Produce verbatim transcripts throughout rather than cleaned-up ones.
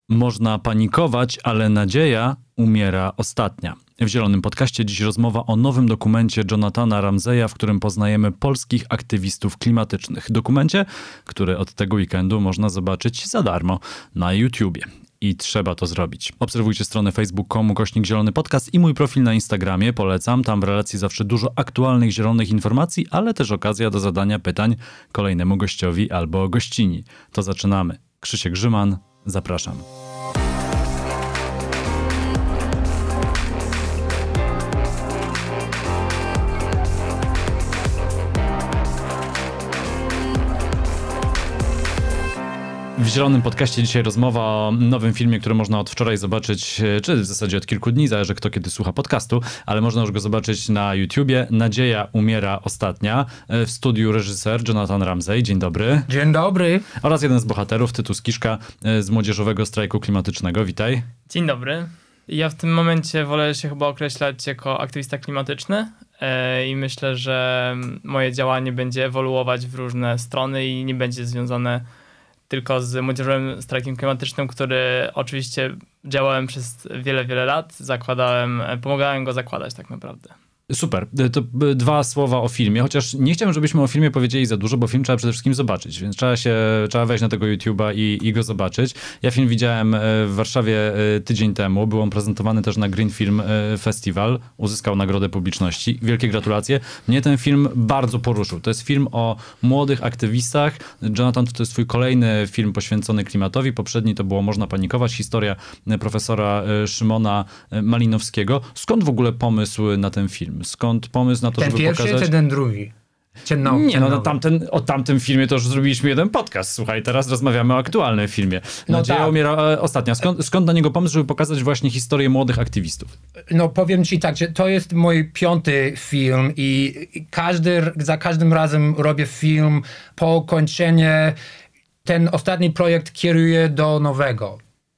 Można panikować, ale nadzieja umiera ostatnia. W Zielonym Podcaście dziś rozmowa o nowym dokumencie Jonathana Ramseya, w którym poznajemy polskich aktywistów klimatycznych. Dokumencie, który od tego weekendu można zobaczyć za darmo na YouTubie. I trzeba to zrobić. Obserwujcie stronę facebook kropka com ukośnik Zielony Podcast i mój profil na Instagramie. Polecam, tam w relacji zawsze dużo aktualnych, zielonych informacji, ale też okazja do zadania pytań kolejnemu gościowi albo gościni. To zaczynamy. Krzysiek Grzyman, zapraszam. W Zielonym Podcaście dzisiaj rozmowa o nowym filmie, który można od wczoraj zobaczyć, czy w zasadzie od kilku dni, zależy kto kiedy słucha podcastu, ale można już go zobaczyć na YouTubie. Nadzieja umiera ostatnia. W studiu reżyser Jonathan Ramsey. Dzień dobry. Dzień dobry. Oraz jeden z bohaterów, Tytus Kiszka z Młodzieżowego Strajku Klimatycznego. Witaj. Dzień dobry. Ja w tym momencie wolę się chyba określać jako aktywista klimatyczny i myślę, że moje działanie będzie ewoluować w różne strony i nie będzie związane tylko z Młodzieżowym Strajkiem Klimatycznym, który oczywiście działałem przez wiele, wiele lat, zakładałem, pomagałem go zakładać tak naprawdę. Super. To dwa słowa o filmie, chociaż nie chciałem, żebyśmy o filmie powiedzieli za dużo, bo film trzeba przede wszystkim zobaczyć, więc trzeba się, trzeba wejść na tego YouTube'a i, i go zobaczyć. Ja film widziałem w Warszawie tydzień temu, był on prezentowany też na Green Film Festival, uzyskał nagrodę publiczności. Wielkie gratulacje. Mnie ten film bardzo poruszył. To jest film o młodych aktywistach. Jonathan to jest twój kolejny film poświęcony klimatowi. Poprzedni to było Można panikować, historia profesora Szymona Malinowskiego. Skąd w ogóle pomysł na ten film? Skąd pomysł na to, ten żeby pierwszy, pokazać... czy ten drugi? No, nie, no, no tamten, o tamtym filmie to już zrobiliśmy jeden podcast. Słuchaj, teraz rozmawiamy o aktualnym filmie. Nadzieja no tak. umiera e, ostatnia. Skąd, skąd na niego pomysł, żeby pokazać właśnie historię młodych aktywistów? No powiem ci tak, że to jest mój piąty film i każdy, za każdym razem robię film po kończeniu. Ten ostatni projekt kieruję do nowego.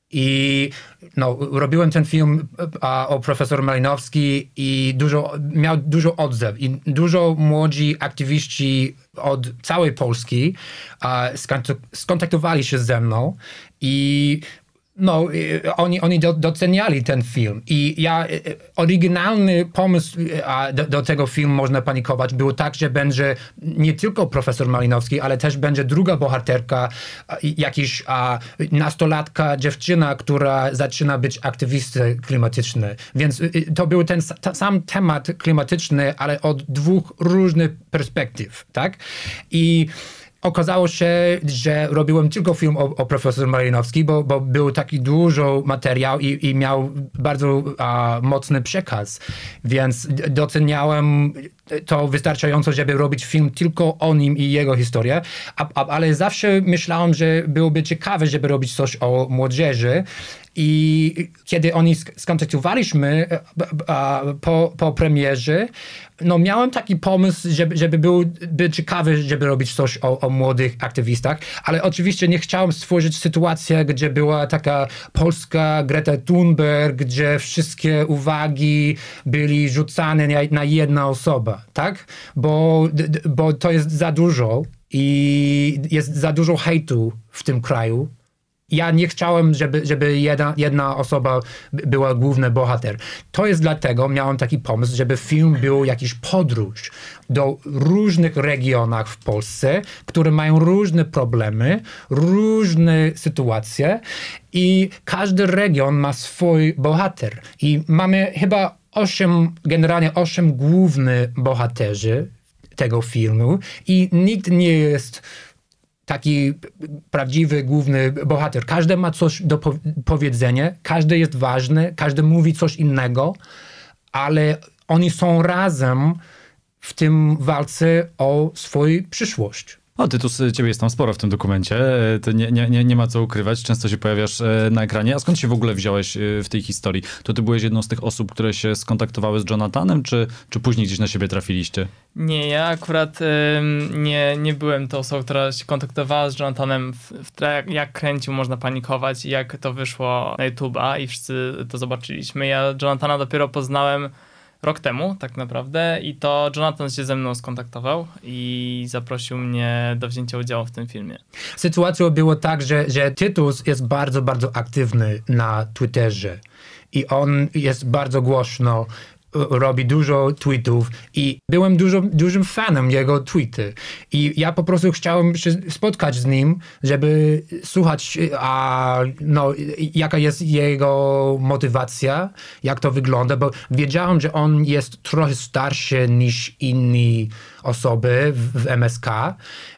I no, robiłem ten film a, o profesor Malinowski i dużo, miał dużo odzew. I dużo młodzi aktywiści od całej Polski a, skontaktowali się ze mną i no, oni, oni do, doceniali ten film. I ja, oryginalny pomysł a, do, do tego filmu Można panikować był tak, że będzie nie tylko profesor Malinowski, ale też będzie druga bohaterka, a, jakiś a, nastolatka, dziewczyna, która zaczyna być aktywistą klimatyczną. Więc to był ten ta, sam temat klimatyczny, ale od dwóch różnych perspektyw, tak? I okazało się, że robiłem tylko film o, o profesor Malinowski, bo, bo był taki dużo materiał i, i miał bardzo a, mocny przekaz. Więc doceniałem to wystarczająco, żeby robić film tylko o nim i jego historię. A, a, ale zawsze myślałem, że byłoby ciekawe, żeby robić coś o młodzieży. I kiedy oni skontaktowaliśmy po, po premierze, no miałem taki pomysł, żeby, żeby był by ciekawy, żeby robić coś o, o młodych aktywistach, ale oczywiście nie chciałem stworzyć sytuację, gdzie była taka polska Greta Thunberg, gdzie wszystkie uwagi byli rzucane na, na jedną osobę, tak? Bo, bo to jest za dużo i jest za dużo hejtu w tym kraju. Ja nie chciałem, żeby, żeby jedna, jedna osoba była główny bohater. To jest dlatego, miałem taki pomysł, żeby film był jakiś podróż do różnych regionach w Polsce, które mają różne problemy, różne sytuacje i każdy region ma swój bohater. I mamy chyba osiem, generalnie osiem głównych bohaterzy tego filmu i nikt nie jest taki prawdziwy, główny bohater. Każdy ma coś do po- powiedzenia, każdy jest ważny, każdy mówi coś innego, ale oni są razem w tym walce o swoją przyszłość. O, Tytus, ciebie jest tam sporo w tym dokumencie, to nie, nie, nie ma co ukrywać, często się pojawiasz na ekranie. A skąd się w ogóle wziąłeś w tej historii? To ty byłeś jedną z tych osób, które się skontaktowały z Jonathanem, czy, czy później gdzieś na siebie trafiliście? Nie, ja akurat y, nie, nie byłem tą osobą, która się kontaktowała z Jonathanem w, w tle, jak kręcił Można panikować i jak to wyszło na YouTube'a i wszyscy to zobaczyliśmy. Ja Jonathana dopiero poznałem rok temu tak naprawdę i to Jonathan się ze mną skontaktował i zaprosił mnie do wzięcia udziału w tym filmie. Sytuacja była tak, że, że Tytus jest bardzo, bardzo aktywny na Twitterze i on jest bardzo głośno, robi dużo tweetów i byłem dużo, dużym fanem jego tweety. I ja po prostu chciałem się spotkać z nim, żeby słuchać, a, no, jaka jest jego motywacja, jak to wygląda, bo wiedziałem, że on jest trochę starszy niż inne osoby w, w M S K.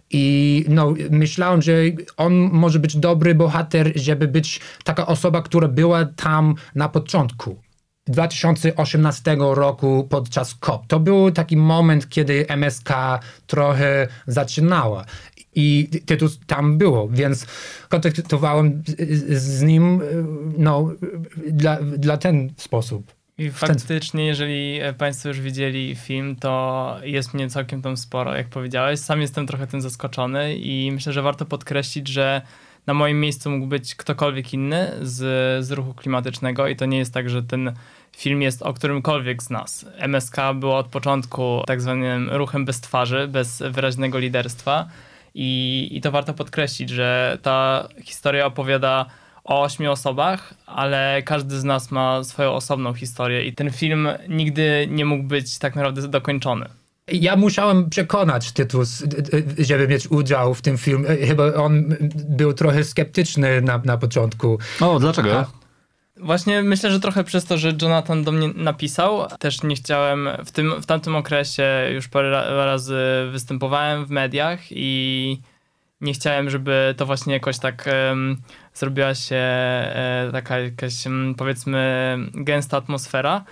I no, myślałem, że on może być dobry bohater, żeby być taka osoba, która była tam na początku. dwa tysiące osiemnastego roku podczas C O P. To był taki moment, kiedy M S K trochę zaczynała i Tytus tam było, więc kontaktowałem z, z nim no, dla, dla ten sposób. I faktycznie, jeżeli Państwo już widzieli film, to jest mnie całkiem tam sporo, jak powiedziałeś. Sam jestem trochę tym zaskoczony i myślę, że warto podkreślić, że na moim miejscu mógł być ktokolwiek inny z, z ruchu klimatycznego i to nie jest tak, że ten film jest o którymkolwiek z nas. M S K było od początku tak zwanym ruchem bez twarzy, bez wyraźnego liderstwa i, i to warto podkreślić, że ta historia opowiada o ośmiu osobach, ale każdy z nas ma swoją osobną historię i ten film nigdy nie mógł być tak naprawdę dokończony. Ja musiałem przekonać Tytus, żeby mieć udział w tym filmie. Chyba on był trochę sceptyczny na, na początku. O, dlaczego? A, Właśnie myślę, że trochę przez to, że Jonathan do mnie napisał. Też nie chciałem, w, tym, w tamtym okresie już parę razy występowałem w mediach i nie chciałem, żeby to właśnie jakoś tak um, zrobiła się e, taka jakaś um, powiedzmy gęsta atmosfera.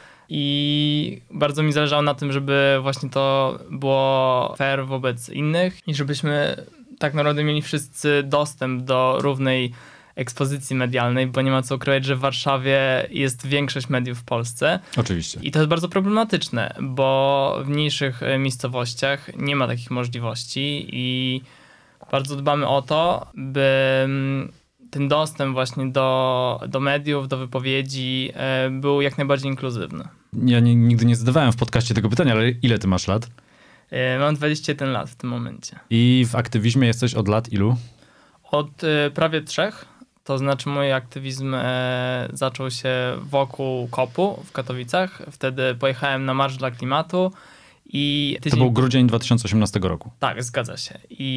I bardzo mi zależało na tym, żeby właśnie to było fair wobec innych i żebyśmy tak naprawdę mieli wszyscy dostęp do równej ekspozycji medialnej, bo nie ma co ukrywać, że w Warszawie jest większość mediów w Polsce. Oczywiście. I to jest bardzo problematyczne, bo w mniejszych miejscowościach nie ma takich możliwości i bardzo dbamy o to, by ten dostęp właśnie do, do mediów, do wypowiedzi e, był jak najbardziej inkluzywny. Ja nie, nigdy nie zadawałem w podcaście tego pytania, ale ile ty masz lat? E, mam dwadzieścia jeden lat w tym momencie. I w aktywizmie jesteś od lat ilu? Od e, prawie trzech. To znaczy mój aktywizm e, zaczął się wokół kopu w Katowicach. Wtedy pojechałem na Marsz dla Klimatu. I tydzień... To był grudzień dwa tysiące osiemnastego roku. Tak, zgadza się.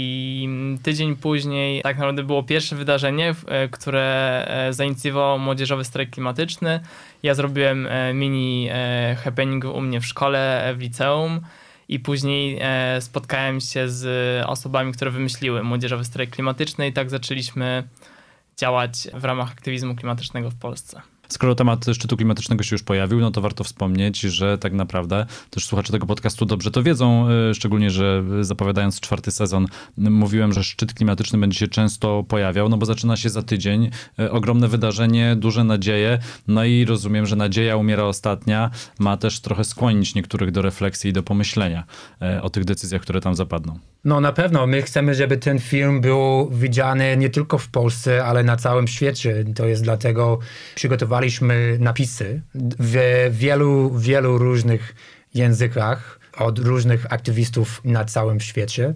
I tydzień później tak naprawdę było pierwsze wydarzenie, które zainicjował młodzieżowy strajk klimatyczny. Ja zrobiłem mini happening u mnie w szkole, w liceum i później spotkałem się z osobami, które wymyśliły młodzieżowy strajk klimatyczny i tak zaczęliśmy działać w ramach aktywizmu klimatycznego w Polsce. Skoro temat szczytu klimatycznego się już pojawił, no to warto wspomnieć, że tak naprawdę też słuchacze tego podcastu dobrze to wiedzą, szczególnie, że zapowiadając czwarty sezon mówiłem, że szczyt klimatyczny będzie się często pojawiał, no bo zaczyna się za tydzień. Ogromne wydarzenie, duże nadzieje, no i rozumiem, że nadzieja umiera ostatnia, ma też trochę skłonić niektórych do refleksji i do pomyślenia o tych decyzjach, które tam zapadną. No na pewno, my chcemy, żeby ten film był widziany nie tylko w Polsce, ale na całym świecie. To jest dlatego przygotowaliśmy napisy w wielu, wielu różnych językach od różnych aktywistów na całym świecie.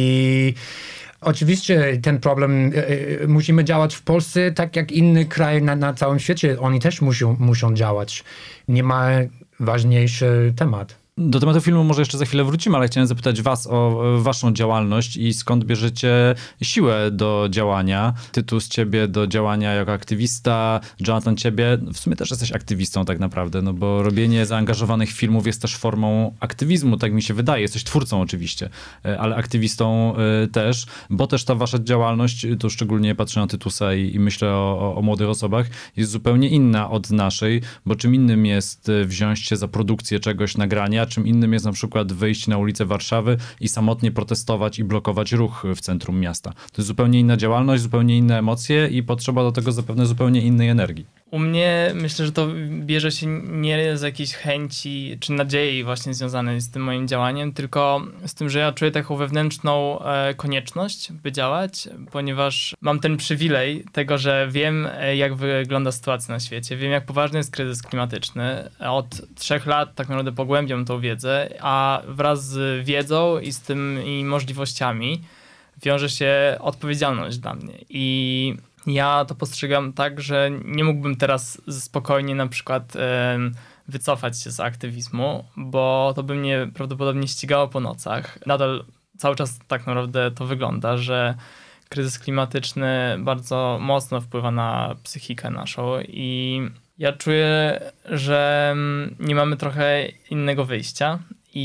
I oczywiście ten problem, y, musimy działać w Polsce tak jak inne kraje na, na całym świecie. Oni też muszą, muszą działać. Nie ma ważniejszy temat. Do tematu filmu może jeszcze za chwilę wrócimy, ale chciałem zapytać was o waszą działalność i skąd bierzecie siłę do działania. Tytus, ciebie do działania jako aktywista, Jonathan, ciebie, w sumie też jesteś aktywistą tak naprawdę, no bo robienie zaangażowanych filmów jest też formą aktywizmu, tak mi się wydaje. Jesteś twórcą oczywiście, ale aktywistą też, bo też ta wasza działalność, tu szczególnie patrzę na Tytusa i, i myślę o, o, o młodych osobach, jest zupełnie inna od naszej, bo czym innym jest wziąć się za produkcję czegoś, nagrania, czym innym jest na przykład wyjść na ulicę Warszawy i samotnie protestować i blokować ruch w centrum miasta. To jest zupełnie inna działalność, zupełnie inne emocje i potrzeba do tego zapewne zupełnie innej energii. U mnie myślę, że to bierze się nie z jakiejś chęci czy nadziei właśnie związanej z tym moim działaniem, tylko z tym, że ja czuję taką wewnętrzną e, konieczność, by działać, ponieważ mam ten przywilej tego, że wiem, e, jak wygląda sytuacja na świecie, wiem, jak poważny jest kryzys klimatyczny. Od trzech lat tak naprawdę pogłębiam tą wiedzę, a wraz z wiedzą i z tymi możliwościami wiąże się odpowiedzialność dla mnie. I ja to postrzegam tak, że nie mógłbym teraz spokojnie na przykład e, wycofać się z aktywizmu, bo to by mnie prawdopodobnie ścigało po nocach. Nadal cały czas tak naprawdę to wygląda, że kryzys klimatyczny bardzo mocno wpływa na psychikę naszą i ja czuję, że nie mamy trochę innego wyjścia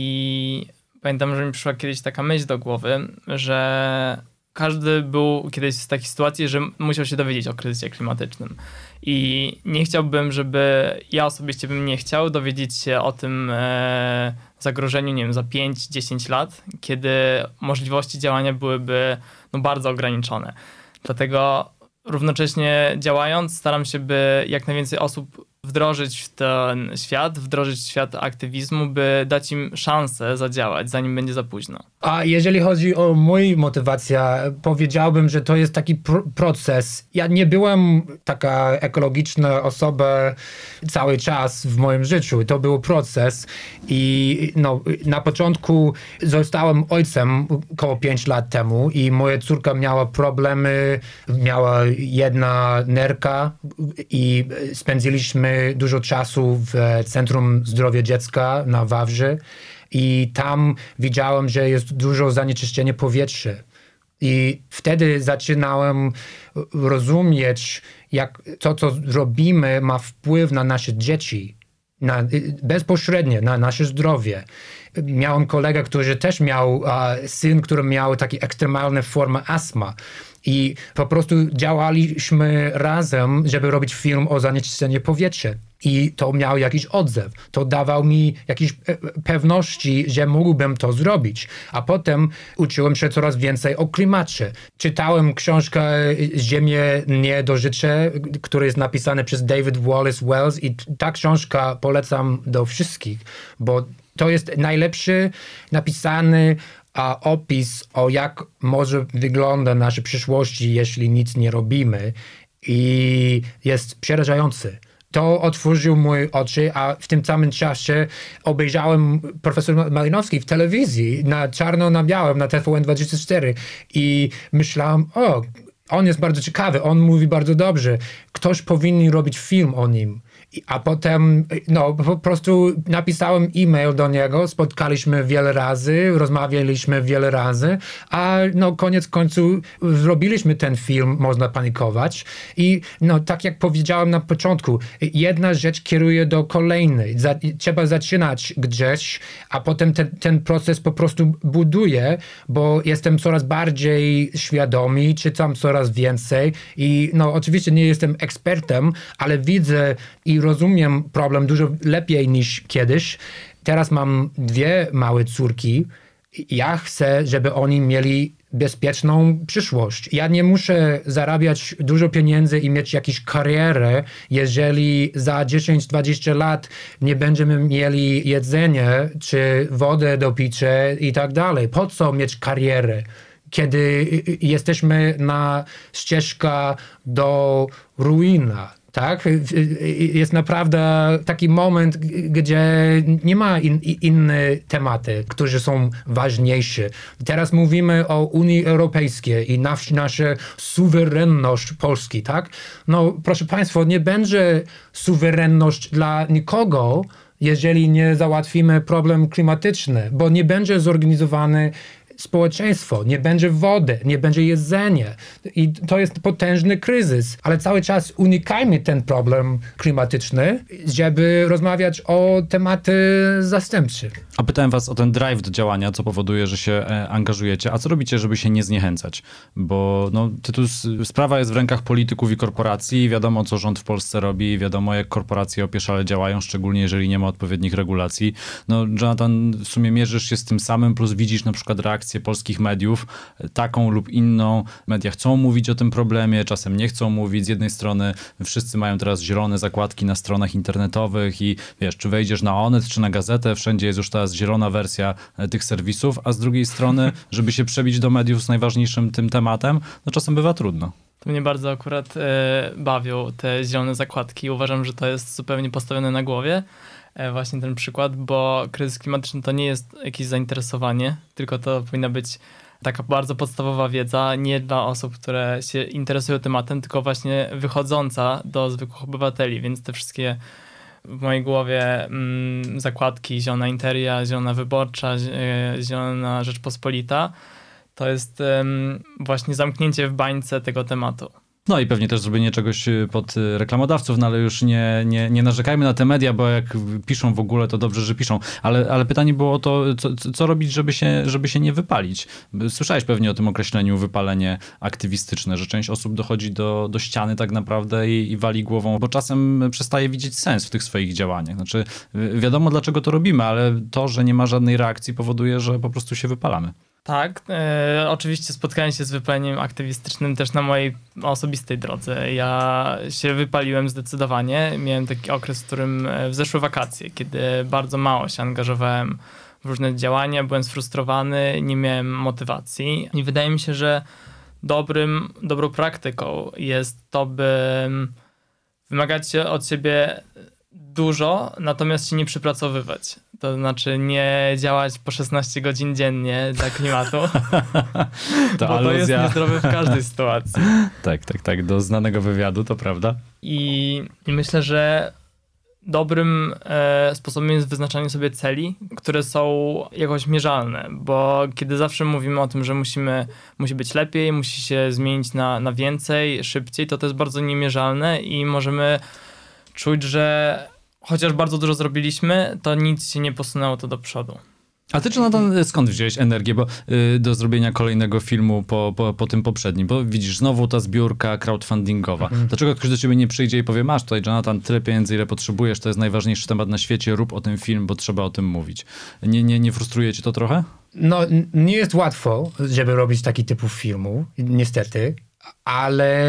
i pamiętam, że mi przyszła kiedyś taka myśl do głowy, że każdy był kiedyś w takiej sytuacji, że musiał się dowiedzieć o kryzysie klimatycznym. I nie chciałbym, żeby, ja osobiście bym nie chciał dowiedzieć się o tym e, zagrożeniu, nie wiem, za pięć dziesięć lat, kiedy możliwości działania byłyby no, bardzo ograniczone. Dlatego równocześnie działając, staram się, by jak najwięcej osób wdrożyć w ten świat, wdrożyć w świat aktywizmu, by dać im szansę zadziałać, zanim będzie za późno. A jeżeli chodzi o moją motywację, powiedziałbym, że to jest taki pr- proces. Ja nie byłem taka ekologiczna osoba cały czas w moim życiu. To był proces i no, na początku zostałem ojcem około pięć lat temu i moja córka miała problemy, miała jedna nerka i spędziliśmy dużo czasu w Centrum Zdrowia Dziecka na Wawrze i tam widziałem, że jest dużo zanieczyszczenia powietrza. I wtedy zaczynałem rozumieć, jak to, co robimy, ma wpływ na nasze dzieci, na, bezpośrednio na nasze zdrowie. Miałem kolegę, który też miał a, syn, który miał takie ekstremalne formy astmy. I po prostu działaliśmy razem, żeby robić film o zanieczyszczeniu powietrza. I to miał jakiś odzew. To dawał mi jakieś pewności, że mógłbym to zrobić. A potem uczyłem się coraz więcej o klimacie. Czytałem książkę Ziemię nie do życia, która jest napisana przez David Wallace Wells i ta książka polecam do wszystkich, bo to jest najlepszy napisany a opis o jak może wygląda nasza przyszłość, jeśli nic nie robimy i jest przerażający. To otworzył moje oczy, a w tym samym czasie obejrzałem profesor Malinowski w telewizji na czarno na białym, na T V N dwadzieścia cztery i myślałem, o, on jest bardzo ciekawy, on mówi bardzo dobrze, ktoś powinien robić film o nim. A potem, no, po prostu napisałem e-mail do niego, spotkaliśmy wiele razy, rozmawialiśmy wiele razy, a no, koniec końców zrobiliśmy ten film, można panikować. I no, tak jak powiedziałem na początku, jedna rzecz kieruje do kolejnej. Za, trzeba zaczynać gdzieś, a potem ten, ten proces po prostu buduje, bo jestem coraz bardziej świadomy, czytam coraz więcej i no, oczywiście nie jestem ekspertem, ale widzę i rozumiem problem dużo lepiej niż kiedyś. Teraz mam dwie małe córki. Ja chcę, żeby oni mieli bezpieczną przyszłość. Ja nie muszę zarabiać dużo pieniędzy i mieć jakąś karierę, jeżeli za dziesięć dwadzieścia lat nie będziemy mieli jedzenia czy wodę do picia i tak dalej. Po co mieć karierę, kiedy jesteśmy na ścieżce do ruina? Tak? Jest naprawdę taki moment, gdzie nie ma in, inne tematy, które są ważniejsze. Teraz mówimy o Unii Europejskiej i nas, nasza suwerenność Polski, tak? No, proszę Państwa, nie będzie suwerenność dla nikogo, jeżeli nie załatwimy problem klimatyczny, bo nie będzie zorganizowany społeczeństwo, nie będzie wody, nie będzie jedzenia i to jest potężny kryzys, ale cały czas unikajmy ten problem klimatyczny, żeby rozmawiać o tematy zastępcze. A pytałem was o ten drive do działania, co powoduje, że się e, angażujecie, a co robicie, żeby się nie zniechęcać? Bo no, tytuł, sprawa jest w rękach polityków i korporacji, wiadomo co rząd w Polsce robi, wiadomo jak korporacje opieszale działają, szczególnie jeżeli nie ma odpowiednich regulacji. No Jonathan, w sumie mierzysz się z tym samym, plus widzisz na przykład reakcję reakcję polskich mediów, taką lub inną. Media chcą mówić o tym problemie, czasem nie chcą mówić. Z jednej strony wszyscy mają teraz zielone zakładki na stronach internetowych i wiesz, czy wejdziesz na Onet, czy na Gazetę, wszędzie jest już teraz zielona wersja tych serwisów, a z drugiej strony, żeby się przebić do mediów z najważniejszym tym tematem, no czasem bywa trudno. To mnie bardzo akurat e, bawią te zielone zakładki. Uważam, że to jest zupełnie postawione na głowie. E, właśnie ten przykład, bo kryzys klimatyczny to nie jest jakieś zainteresowanie, tylko to powinna być taka bardzo podstawowa wiedza, nie dla osób, które się interesują tematem, tylko właśnie wychodząca do zwykłych obywateli, więc te wszystkie w mojej głowie mm, zakładki, zielona interia, zielona wyborcza, e, zielona Rzeczpospolita, to jest um, właśnie zamknięcie w bańce tego tematu. No i pewnie też zrobienie czegoś pod reklamodawców, no ale już nie, nie, nie narzekajmy na te media, bo jak piszą w ogóle, to dobrze, że piszą. Ale, ale pytanie było o to, co, co robić, żeby się, żeby się nie wypalić. Słyszałeś pewnie o tym określeniu wypalenie aktywistyczne, że część osób dochodzi do, do ściany tak naprawdę i, i wali głową, bo czasem przestaje widzieć sens w tych swoich działaniach. Znaczy wiadomo, dlaczego to robimy, ale to, że nie ma żadnej reakcji, powoduje, że po prostu się wypalamy. Tak, e, oczywiście spotkałem się z wypaleniem aktywistycznym też na mojej osobistej drodze. Ja się wypaliłem zdecydowanie. Miałem taki okres, w którym w zeszłe wakacje, kiedy bardzo mało się angażowałem w różne działania, byłem sfrustrowany, nie miałem motywacji. I wydaje mi się, że dobrym, dobrą praktyką jest to, by wymagać się od siebie dużo, natomiast się nie przypracowywać. To znaczy nie działać po szesnaście godzin dziennie dla klimatu, to bo aluzja. To jest niezdrowe w każdej sytuacji. Tak, tak, tak. Do znanego wywiadu, to prawda. I, i myślę, że dobrym e, sposobem jest wyznaczanie sobie celi, które są jakoś mierzalne, bo kiedy zawsze mówimy o tym, że musimy, musi być lepiej, musi się zmienić na, na więcej, szybciej, to to jest bardzo niemierzalne i możemy czuć, że chociaż bardzo dużo zrobiliśmy, to nic się nie posunęło to do przodu. A ty, Jonathan, skąd wziąłeś energię bo, y, do zrobienia kolejnego filmu po, po, po tym poprzednim? Bo widzisz, znowu ta zbiórka crowdfundingowa. Mhm. Dlaczego ktoś do ciebie nie przyjdzie i powie, masz tutaj, Jonathan, tyle pieniędzy, ile potrzebujesz, to jest najważniejszy temat na świecie, rób o tym film, bo trzeba o tym mówić. Nie, nie, nie frustruje cię to trochę? No, nie jest łatwo, żeby robić taki typu filmu, niestety. Ale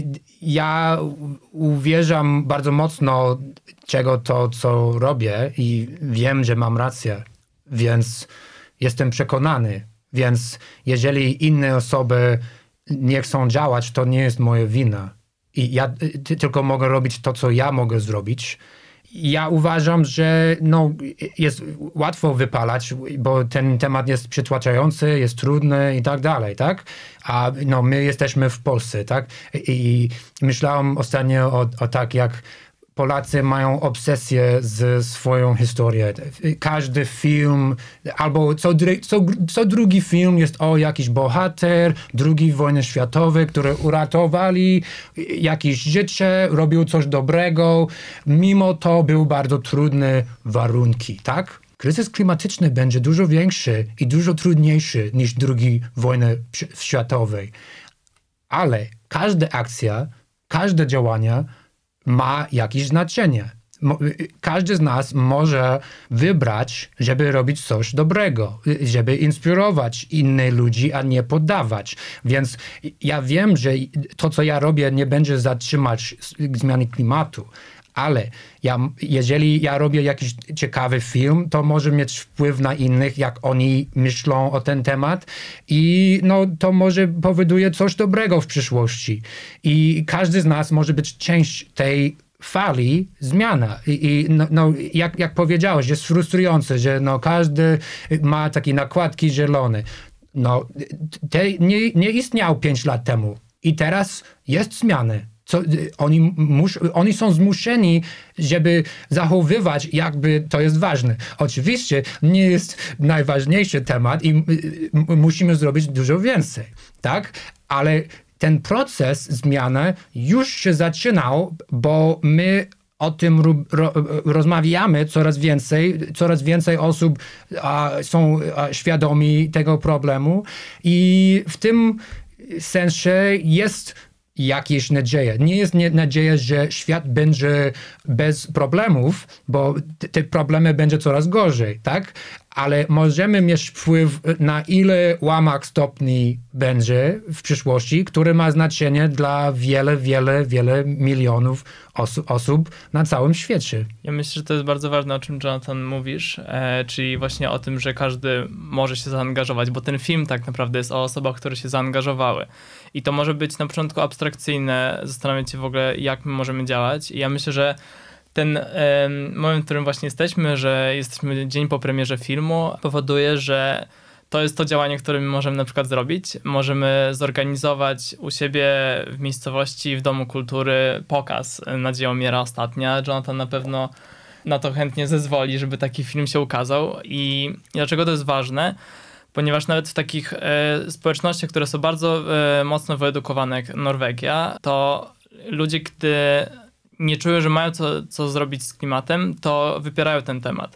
ja uwierzam bardzo mocno czego to, co robię i wiem, że mam rację, więc jestem przekonany. Więc jeżeli inne osoby nie chcą działać, to nie jest moja wina. I ja ty, tylko mogę robić to, co ja mogę zrobić. Ja uważam, że no, jest łatwo wypalać, bo ten temat jest przytłaczający, jest trudny i tak dalej, tak? A no, my jesteśmy w Polsce, tak? I myślałem ostatnio o, o tak, jak Polacy mają obsesję z swoją historią. Każdy film, albo co, co, co drugi film jest o jakiś bohater drugiej wojny światowej, który uratowali jakieś życie, robił coś dobrego. Mimo to były bardzo trudne warunki, tak? Kryzys klimatyczny będzie dużo większy i dużo trudniejszy niż drugiej wojny światowej. Ale każda akcja, każde działanie ma jakieś znaczenie. Każdy z nas może wybrać, żeby robić coś dobrego, żeby inspirować innych ludzi, a nie poddawać. Więc ja wiem, że to, co ja robię, nie będzie zatrzymać zmiany klimatu, ale ja, jeżeli ja robię jakiś ciekawy film, to może mieć wpływ na innych, jak oni myślą o ten temat i no, to może powoduje coś dobrego w przyszłości. I każdy z nas może być część tej fali zmiana. I, i no, no, jak, jak powiedziałeś, jest frustrujące, że no, każdy ma takie nakładki zielone. No, te nie, nie istniał pięć lat temu i teraz jest zmiana. Co, oni, mus, oni są zmuszeni, żeby zachowywać, jakby to jest ważne. Oczywiście nie jest najważniejszy temat i m, musimy zrobić dużo więcej, tak? Ale ten proces zmiany już się zaczynał, bo my o tym ro, ro, rozmawiamy coraz więcej, coraz więcej osób a, są a, świadomi tego problemu i w tym sensie jest jakieś nadzieje. Nie jest nie, nadzieja, że świat będzie bez problemów, bo te, te problemy będzie coraz gorzej, tak? ale możemy mieć wpływ na ile łamak stopni będzie w przyszłości, który ma znaczenie dla wiele, wiele, wiele milionów osu- osób na całym świecie. Ja myślę, że to jest bardzo ważne, o czym Jonathan mówisz, e, czyli właśnie o tym, że każdy może się zaangażować, bo ten film tak naprawdę jest o osobach, które się zaangażowały. I to może być na początku abstrakcyjne, zastanawiać się w ogóle, jak my możemy działać. I ja myślę, że ten e, moment, w którym właśnie jesteśmy, że jesteśmy dzień po premierze filmu, powoduje, że to jest to działanie, które my możemy na przykład zrobić. Możemy zorganizować u siebie w miejscowości, w Domu Kultury pokaz Nadzieja umiera ostatnia. Jonathan na pewno na to chętnie zezwoli, żeby taki film się ukazał. I dlaczego to jest ważne? Ponieważ nawet w takich e, społecznościach, które są bardzo e, mocno wyedukowane, jak Norwegia, to ludzie, gdy nie czują, że mają co, co zrobić z klimatem, to wypierają ten temat.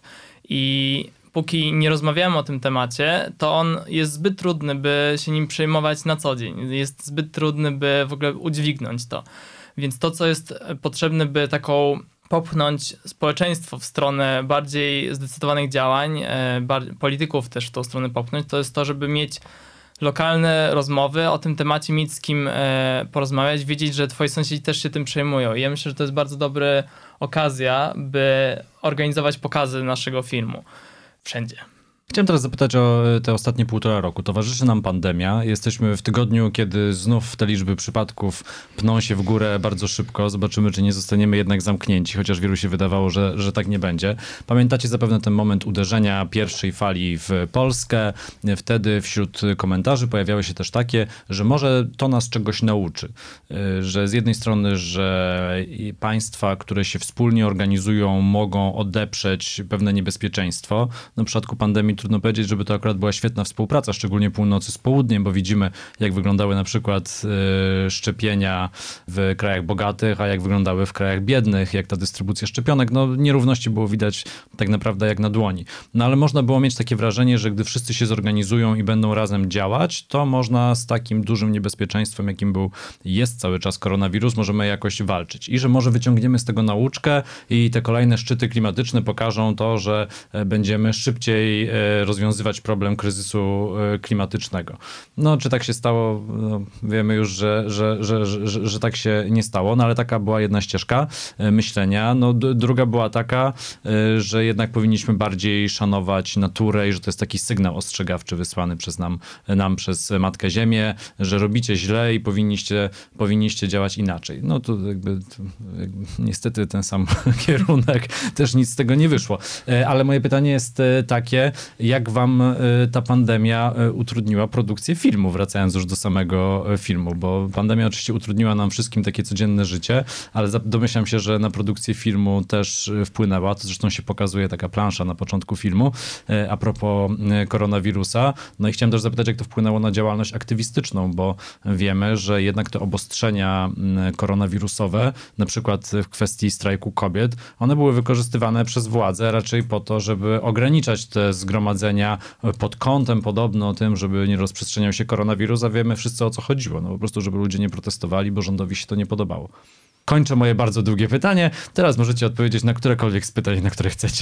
I póki nie rozmawiamy o tym temacie, to on jest zbyt trudny, by się nim przejmować na co dzień. Jest zbyt trudny, by w ogóle udźwignąć to. Więc to, co jest potrzebne, by taką popchnąć społeczeństwo w stronę bardziej zdecydowanych działań, bar- polityków też w tą stronę popchnąć, to jest to, żeby mieć lokalne rozmowy o tym temacie, mieć z kim e, porozmawiać, wiedzieć, że twoi sąsiedzi też się tym przejmują. I ja myślę, że to jest bardzo dobra okazja, by organizować pokazy naszego filmu wszędzie. Chciałem teraz zapytać o te ostatnie półtora roku. Towarzyszy nam pandemia. Jesteśmy w tygodniu, kiedy znów te liczby przypadków pną się w górę bardzo szybko. Zobaczymy, czy nie zostaniemy jednak zamknięci, chociaż wielu się wydawało, że, że tak nie będzie. Pamiętacie zapewne ten moment uderzenia pierwszej fali w Polskę. Wtedy wśród komentarzy pojawiały się też takie, że może to nas czegoś nauczy. Że z jednej strony, że państwa, które się wspólnie organizują, mogą odeprzeć pewne niebezpieczeństwo. No, w przypadku pandemii trudno powiedzieć, żeby to akurat była świetna współpraca, szczególnie północy z południem, bo widzimy, jak wyglądały na przykład y, szczepienia w krajach bogatych, a jak wyglądały w krajach biednych, jak ta dystrybucja szczepionek. No, nierówności było widać tak naprawdę jak na dłoni. No ale można było mieć takie wrażenie, że gdy wszyscy się zorganizują i będą razem działać, to można z takim dużym niebezpieczeństwem, jakim był jest cały czas koronawirus, możemy jakoś walczyć. I że może wyciągniemy z tego nauczkę i te kolejne szczyty klimatyczne pokażą to, że będziemy szybciej rozwiązywać problem kryzysu klimatycznego. No, czy tak się stało? No, wiemy już, że, że, że, że, że tak się nie stało, no ale taka była jedna ścieżka myślenia. No, d- druga była taka, że jednak powinniśmy bardziej szanować naturę i że to jest taki sygnał ostrzegawczy wysłany przez nam, nam przez Matkę Ziemię, że robicie źle i powinniście, powinniście działać inaczej. No to jakby, to jakby niestety ten sam kierunek, też nic z tego nie wyszło. Ale moje pytanie jest takie, jak wam ta pandemia utrudniła produkcję filmu, wracając już do samego filmu, bo pandemia oczywiście utrudniła nam wszystkim takie codzienne życie, ale domyślam się, że na produkcję filmu też wpłynęła, to zresztą się pokazuje taka plansza na początku filmu, a propos koronawirusa. No i chciałem też zapytać, jak to wpłynęło na działalność aktywistyczną, bo wiemy, że jednak te obostrzenia koronawirusowe, na przykład w kwestii strajku kobiet, one były wykorzystywane przez władze raczej po to, żeby ograniczać te zgromadzenia pod kątem podobno tym, żeby nie rozprzestrzeniał się koronawirus, a wiemy wszyscy, o co chodziło. No po prostu, żeby ludzie nie protestowali, bo rządowi się to nie podobało. Kończę moje bardzo długie pytanie. Teraz możecie odpowiedzieć na którekolwiek z pytań, na które chcecie.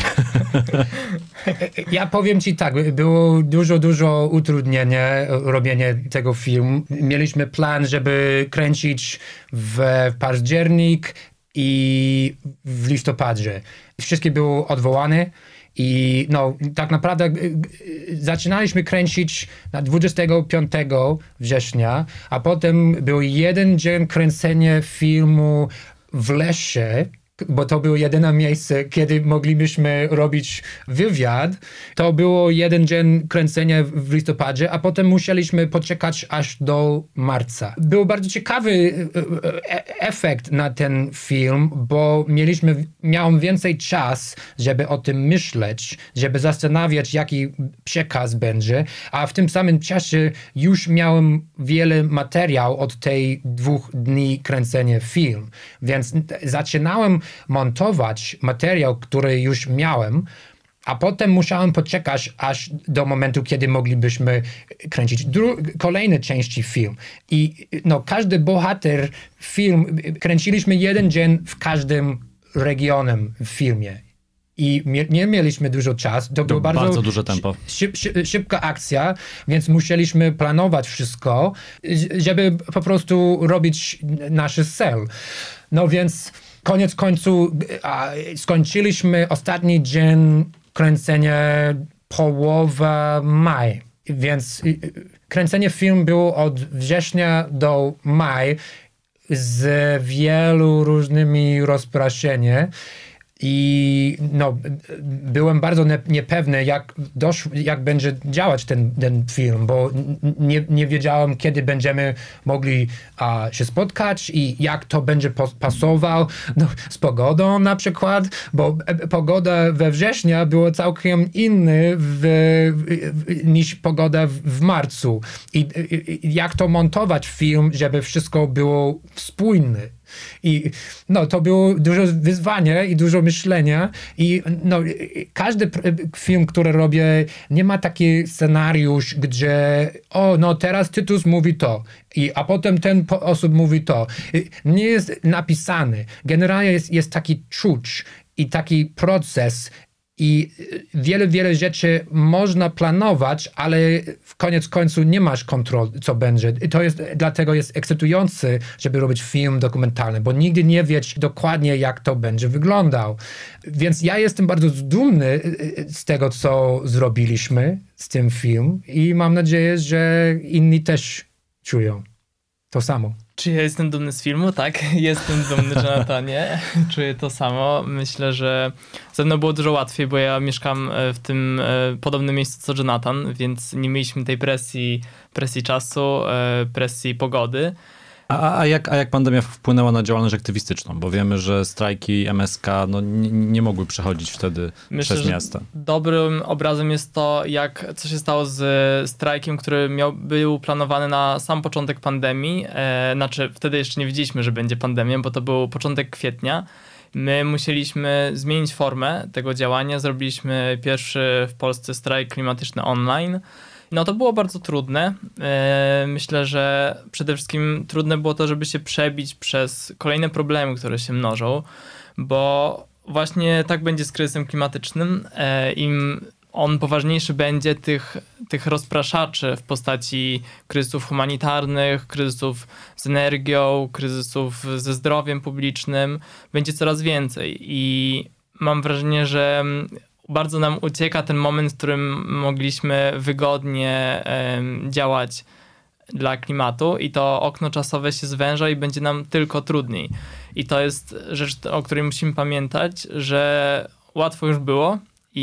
Ja powiem ci tak, było dużo, dużo utrudnienie robienie tego filmu. Mieliśmy plan, żeby kręcić w październik i w listopadzie. Wszystkie były odwołane. I no, tak naprawdę zaczynaliśmy kręcić na dwudziestego piątego września, a potem był jeden dzień kręcenia filmu w lesie, bo to było jedyne miejsce, kiedy moglibyśmy robić wywiad. To było jeden dzień kręcenia w listopadzie, a potem musieliśmy poczekać aż do marca. Był bardzo ciekawy e- efekt na ten film, bo mieliśmy, miałem więcej czasu, żeby o tym myśleć, żeby zastanawiać, jaki przekaz będzie, a w tym samym czasie już miałem wiele materiału od tej dwóch dni kręcenia film. Więc zaczynałem montować materiał, który już miałem, a potem musiałem poczekać aż do momentu, kiedy moglibyśmy kręcić dru- kolejne części film. I no, każdy bohater film, kręciliśmy jeden dzień w każdym regionie w filmie. i mie- nie mieliśmy dużo czasu. To, to było bardzo, bardzo duże tempo. Szyb, szyb, szybka akcja, więc musieliśmy planować wszystko, żeby po prostu robić nasz cel. No więc koniec końców a, skończyliśmy ostatni dzień kręcenia połowa maja, więc kręcenie filmu było od września do maja z wielu różnymi rozpraszeniami. I no, byłem bardzo ne- niepewny, jak, dosz, jak będzie działać ten, ten film, bo nie, nie wiedziałem, kiedy będziemy mogli a, się spotkać i jak to będzie po- pasował no, z pogodą na przykład, bo e, pogoda we wrześniu była całkiem inna w, w, niż pogoda w, w marcu. I, i jak to montować film, żeby wszystko było spójne. I no, to było dużo wyzwania i dużo myślenia i no, każdy film, który robię, nie ma taki scenariusz, gdzie o, no teraz Tytus mówi to, i, a potem ten po- osób mówi to. Nie jest napisany. Generalnie jest, jest taki czuć i taki proces i wiele, wiele rzeczy można planować, ale w koniec końców nie masz kontroli, co będzie. I to jest, dlatego jest ekscytujące, żeby robić film dokumentalny, bo nigdy nie wiesz dokładnie, jak to będzie wyglądał. Więc ja jestem bardzo dumny z tego, co zrobiliśmy z tym filmem i mam nadzieję, że inni też czują to samo. Czy ja jestem dumny z filmu? Tak, jestem dumny, Jonathanie. Czuję to samo. Myślę, że ze mną było dużo łatwiej, bo ja mieszkam w tym podobnym miejscu co Jonathan, więc nie mieliśmy tej presji, presji czasu, presji pogody. A, a, jak, a jak pandemia wpłynęła na działalność aktywistyczną? Bo wiemy, że strajki M S K no, nie, nie mogły przechodzić wtedy Myślę, przez miasta. Dobrym obrazem jest to, jak co się stało z strajkiem, który miał, był planowany na sam początek pandemii. E, znaczy, wtedy jeszcze nie wiedzieliśmy, że będzie pandemia, bo to był początek kwietnia. My musieliśmy zmienić formę tego działania. Zrobiliśmy pierwszy w Polsce strajk klimatyczny online. No to było bardzo trudne. Myślę, że przede wszystkim trudne było to, żeby się przebić przez kolejne problemy, które się mnożą, bo właśnie tak będzie z kryzysem klimatycznym. Im on poważniejszy będzie, tych, tych rozpraszaczy w postaci kryzysów humanitarnych, kryzysów z energią, kryzysów ze zdrowiem publicznym będzie coraz więcej i mam wrażenie, że bardzo nam ucieka ten moment, w którym mogliśmy wygodnie um, działać dla klimatu i to okno czasowe się zwęża i będzie nam tylko trudniej. I to jest rzecz, o której musimy pamiętać, że łatwo już było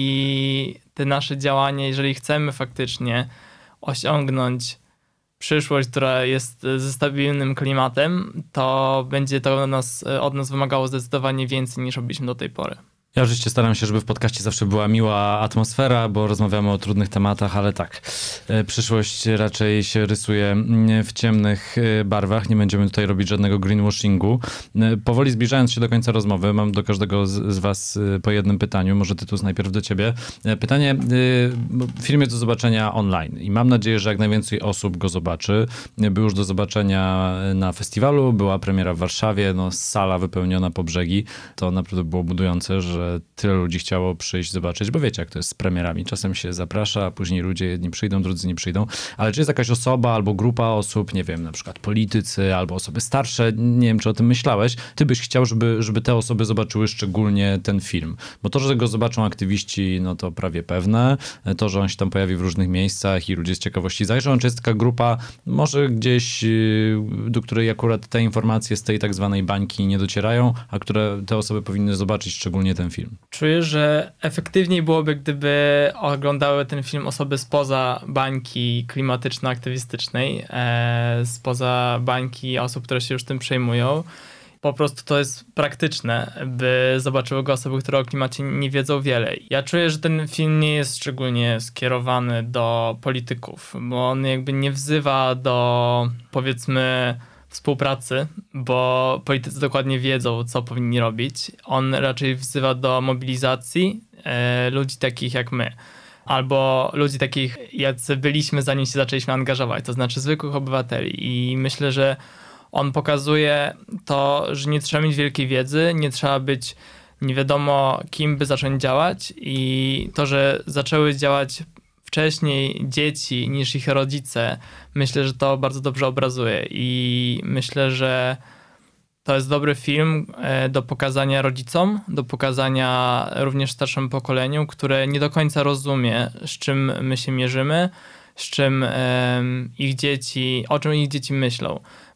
i te nasze działania, jeżeli chcemy faktycznie osiągnąć przyszłość, która jest ze stabilnym klimatem, to będzie to nas, od nas wymagało zdecydowanie więcej niż robiliśmy do tej pory. Ja oczywiście staram się, żeby w podcaście zawsze była miła atmosfera, bo rozmawiamy o trudnych tematach, ale tak, przyszłość raczej się rysuje w ciemnych barwach. Nie będziemy tutaj robić żadnego greenwashingu. Powoli zbliżając się do końca rozmowy, mam do każdego z, z was po jednym pytaniu. Może Tytus najpierw do ciebie. Pytanie, film jest do zobaczenia online i mam nadzieję, że jak najwięcej osób go zobaczy. Był już do zobaczenia na festiwalu, była premiera w Warszawie, no sala wypełniona po brzegi. To naprawdę było budujące, że tyle ludzi chciało przyjść, zobaczyć, bo wiecie, jak to jest z premierami. Czasem się zaprasza, a później ludzie jedni przyjdą, drudzy nie przyjdą. Ale czy jest jakaś osoba albo grupa osób, nie wiem, na przykład politycy albo osoby starsze, nie wiem, czy o tym myślałeś, ty byś chciał, żeby, żeby te osoby zobaczyły szczególnie ten film. Bo to, że go zobaczą aktywiści, no to prawie pewne. To, że on się tam pojawi w różnych miejscach i ludzie z ciekawości zajrzą, czy jest taka grupa, może gdzieś, do której akurat te informacje z tej tak zwanej bańki nie docierają, a które te osoby powinny zobaczyć szczególnie ten film. Czuję, że efektywniej byłoby, gdyby oglądały ten film osoby spoza bańki klimatyczno-aktywistycznej, e, spoza bańki osób, które się już tym przejmują. Po prostu to jest praktyczne, by zobaczyły go osoby, które o klimacie nie wiedzą wiele. Ja czuję, że ten film nie jest szczególnie skierowany do polityków, bo on jakby nie wzywa do, powiedzmy, współpracy, bo politycy dokładnie wiedzą, co powinni robić. On raczej wzywa do mobilizacji e, ludzi takich jak my. Albo ludzi takich, jacy byliśmy, zanim się zaczęliśmy angażować, to znaczy zwykłych obywateli. I myślę, że on pokazuje to, że nie trzeba mieć wielkiej wiedzy, nie trzeba być nie wiadomo kim by zacząć działać i to, że zaczęły działać wcześniej dzieci niż ich rodzice, myślę, że to bardzo dobrze obrazuje i myślę, że to jest dobry film do pokazania rodzicom, do pokazania również starszemu pokoleniu, które nie do końca rozumie, z czym my się mierzymy, z czym um, ich dzieci, o czym ich dzieci myślą.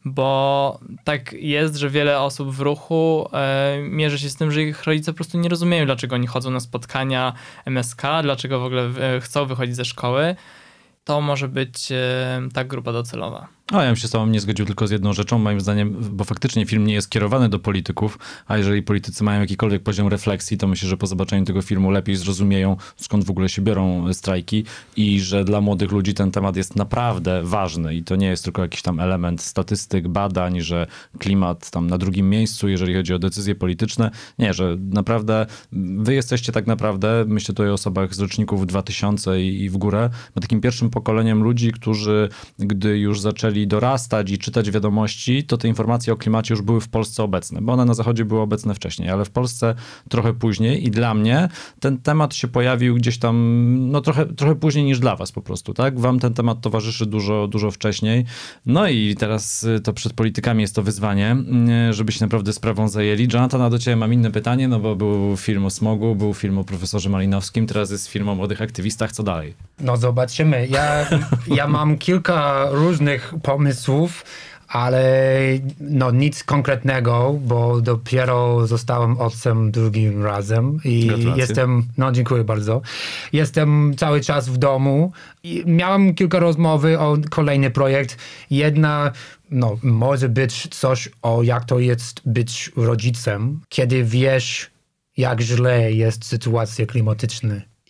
Bo tak jest, że wiele osób w ruchu e, mierzy się z tym, że ich rodzice po prostu nie rozumieją, dlaczego oni chodzą na spotkania M S K, dlaczego w ogóle e, chcą wychodzić ze szkoły. To może być e, ta grupa docelowa. A ja bym się z tobą nie zgodził tylko z jedną rzeczą, moim zdaniem, bo faktycznie film nie jest kierowany do polityków, a jeżeli politycy mają jakikolwiek poziom refleksji, to myślę, że po zobaczeniu tego filmu lepiej zrozumieją, skąd w ogóle się biorą strajki i że dla młodych ludzi ten temat jest naprawdę ważny i to nie jest tylko jakiś tam element statystyk, badań, że klimat tam na drugim miejscu, jeżeli chodzi o decyzje polityczne. Nie, że naprawdę wy jesteście tak naprawdę, myślę tutaj o osobach z roczników dwa tysiące i, i w górę, takim pierwszym pokoleniem ludzi, którzy gdy już zaczęli dorastać i czytać wiadomości, to te informacje o klimacie już były w Polsce obecne, bo one na Zachodzie były obecne wcześniej, ale w Polsce trochę później i dla mnie ten temat się pojawił gdzieś tam, no trochę, trochę później niż dla was po prostu, tak? Wam ten temat towarzyszy dużo, dużo wcześniej. No i teraz to przed politykami jest to wyzwanie, żeby się naprawdę sprawą zajęli. Jonathan, a do ciebie mam inne pytanie, no bo był film o smogu, był film o profesorze Malinowskim, teraz jest film o młodych aktywistach, co dalej? No zobaczymy. Ja, ja mam kilka różnych pomysłów, ale no nic konkretnego, bo dopiero zostałem ojcem drugim razem i Gratulacje. jestem, no dziękuję bardzo, jestem cały czas w domu i miałem kilka rozmowy o kolejny projekt. Jedna, no może być coś o jak to jest być rodzicem, kiedy wiesz jak źle jest sytuacja klimatyczna.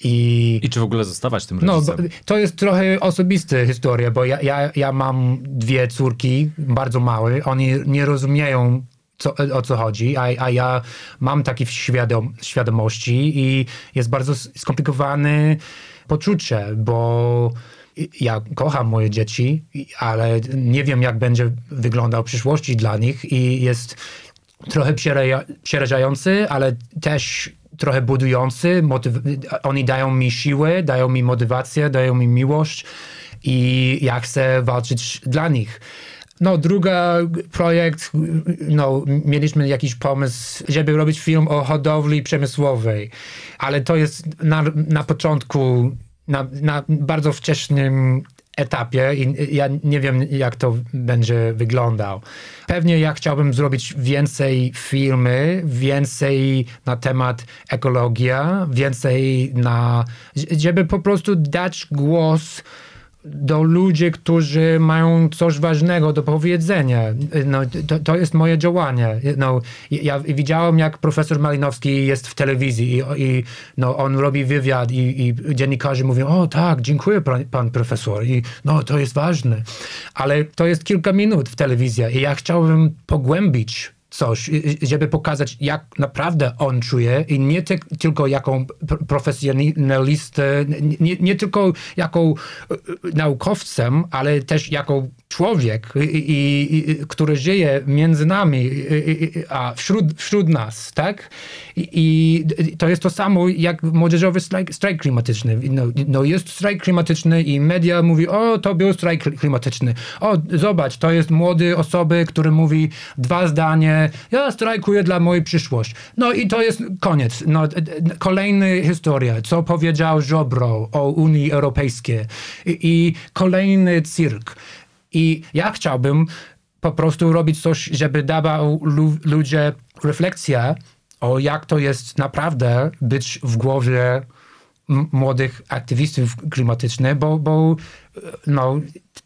I, I czy w ogóle zostawać tym rodzicem? No, to jest trochę osobista historia, bo ja, ja, ja mam dwie córki, bardzo małe, oni nie rozumieją co, o co chodzi, a, a ja mam takie świadom, świadomości i jest bardzo skomplikowane poczucie, bo ja kocham moje dzieci, ale nie wiem jak będzie wyglądał w przyszłości dla nich i jest trochę przerażający, ale też trochę budujący. Motyw- oni dają mi siłę, dają mi motywację, dają mi miłość i ja chcę walczyć dla nich. No, drugi projekt, no, mieliśmy jakiś pomysł, żeby robić film o hodowli przemysłowej, ale to jest na, na początku, na, na bardzo wczesnym etapie i ja nie wiem, jak to będzie wyglądał. Pewnie ja chciałbym zrobić więcej filmy, więcej na temat ekologia, więcej na, żeby po prostu dać głos do ludzi, którzy mają coś ważnego do powiedzenia. No, to, to jest moje działanie. No, ja widziałem, jak profesor Malinowski jest w telewizji i, i no, on robi wywiad i, i dziennikarze mówią, o tak, dziękuję pan, pan profesor i no, to jest ważne. Ale to jest kilka minut w telewizji i ja chciałbym pogłębić coś, żeby pokazać, jak naprawdę on czuje i nie ty, tylko jako profesjonalistę, nie, nie tylko jako naukowcem, ale też jako człowiek, i, i, który żyje między nami, i, a wśród, wśród nas, tak? I, I to jest to samo jak młodzieżowy strajk, strajk klimatyczny. No, no jest strajk klimatyczny i media mówi, o, to był strajk klimatyczny. O, zobacz, to jest młode osoby, które mówi dwa zdania, ja strajkuję dla mojej przyszłości. No i to jest koniec. No, kolejna historia, co powiedział Ziobro o Unii Europejskiej i, i kolejny cyrk. I ja chciałbym po prostu robić coś, żeby dawał lu- ludzie refleksję o jak to jest naprawdę być w głowie m- młodych aktywistów klimatycznych, bo, bo no,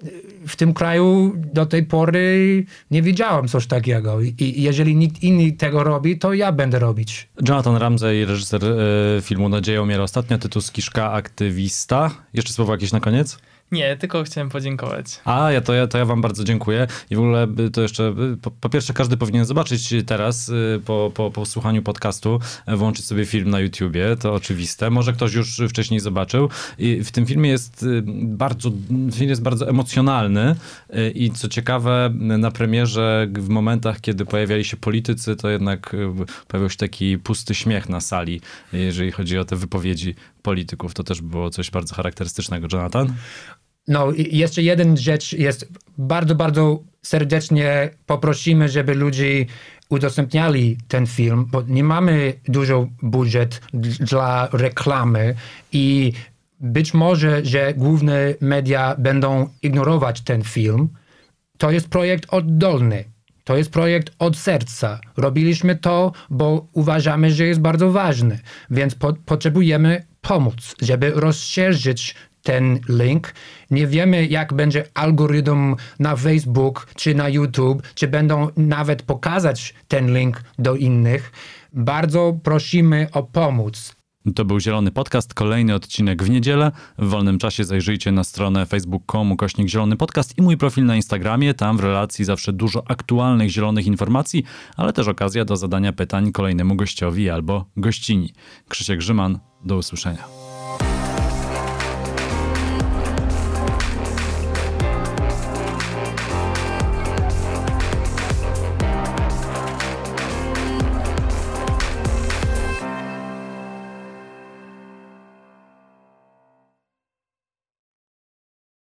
w tym kraju do tej pory nie widziałem coś takiego. I jeżeli nikt inny tego robi, to ja będę robić. Jonathan Ramsey, reżyser e, filmu Nadzieja umiera ostatnio, tytuł Skiszka, aktywista. Jeszcze słowo jakieś na koniec? Nie, tylko chciałem podziękować. A, ja to, ja to ja wam bardzo dziękuję i w ogóle to jeszcze, po, po pierwsze każdy powinien zobaczyć teraz po, po, po słuchaniu podcastu, włączyć sobie film na YouTubie, to oczywiste. Może ktoś już wcześniej zobaczył i w tym filmie jest bardzo, film jest bardzo emocjonalny i co ciekawe na premierze w momentach, kiedy pojawiali się politycy, to jednak pojawił się taki pusty śmiech na sali, jeżeli chodzi o te wypowiedzi polityków. To też było coś bardzo charakterystycznego. Jonathan? No i jeszcze jedna rzecz jest, bardzo, bardzo serdecznie poprosimy, żeby ludzie udostępniali ten film, bo nie mamy dużo budżet dla reklamy i być może, że główne media będą ignorować ten film. To jest projekt oddolny. To jest projekt od serca. Robiliśmy to, bo uważamy, że jest bardzo ważny, więc po, potrzebujemy pomóc, żeby rozszerzyć ten link. Nie wiemy, jak będzie algorytm na Facebook czy na YouTube, czy będą nawet pokazać ten link do innych. Bardzo prosimy o pomoc. To był Zielony Podcast, kolejny odcinek w niedzielę. W wolnym czasie zajrzyjcie na stronę facebook kropka com ukośnik Zielony Podcast i mój profil na Instagramie. Tam w relacji zawsze dużo aktualnych zielonych informacji, ale też okazja do zadania pytań kolejnemu gościowi albo gościni. Krzysiek Grzyman, do usłyszenia.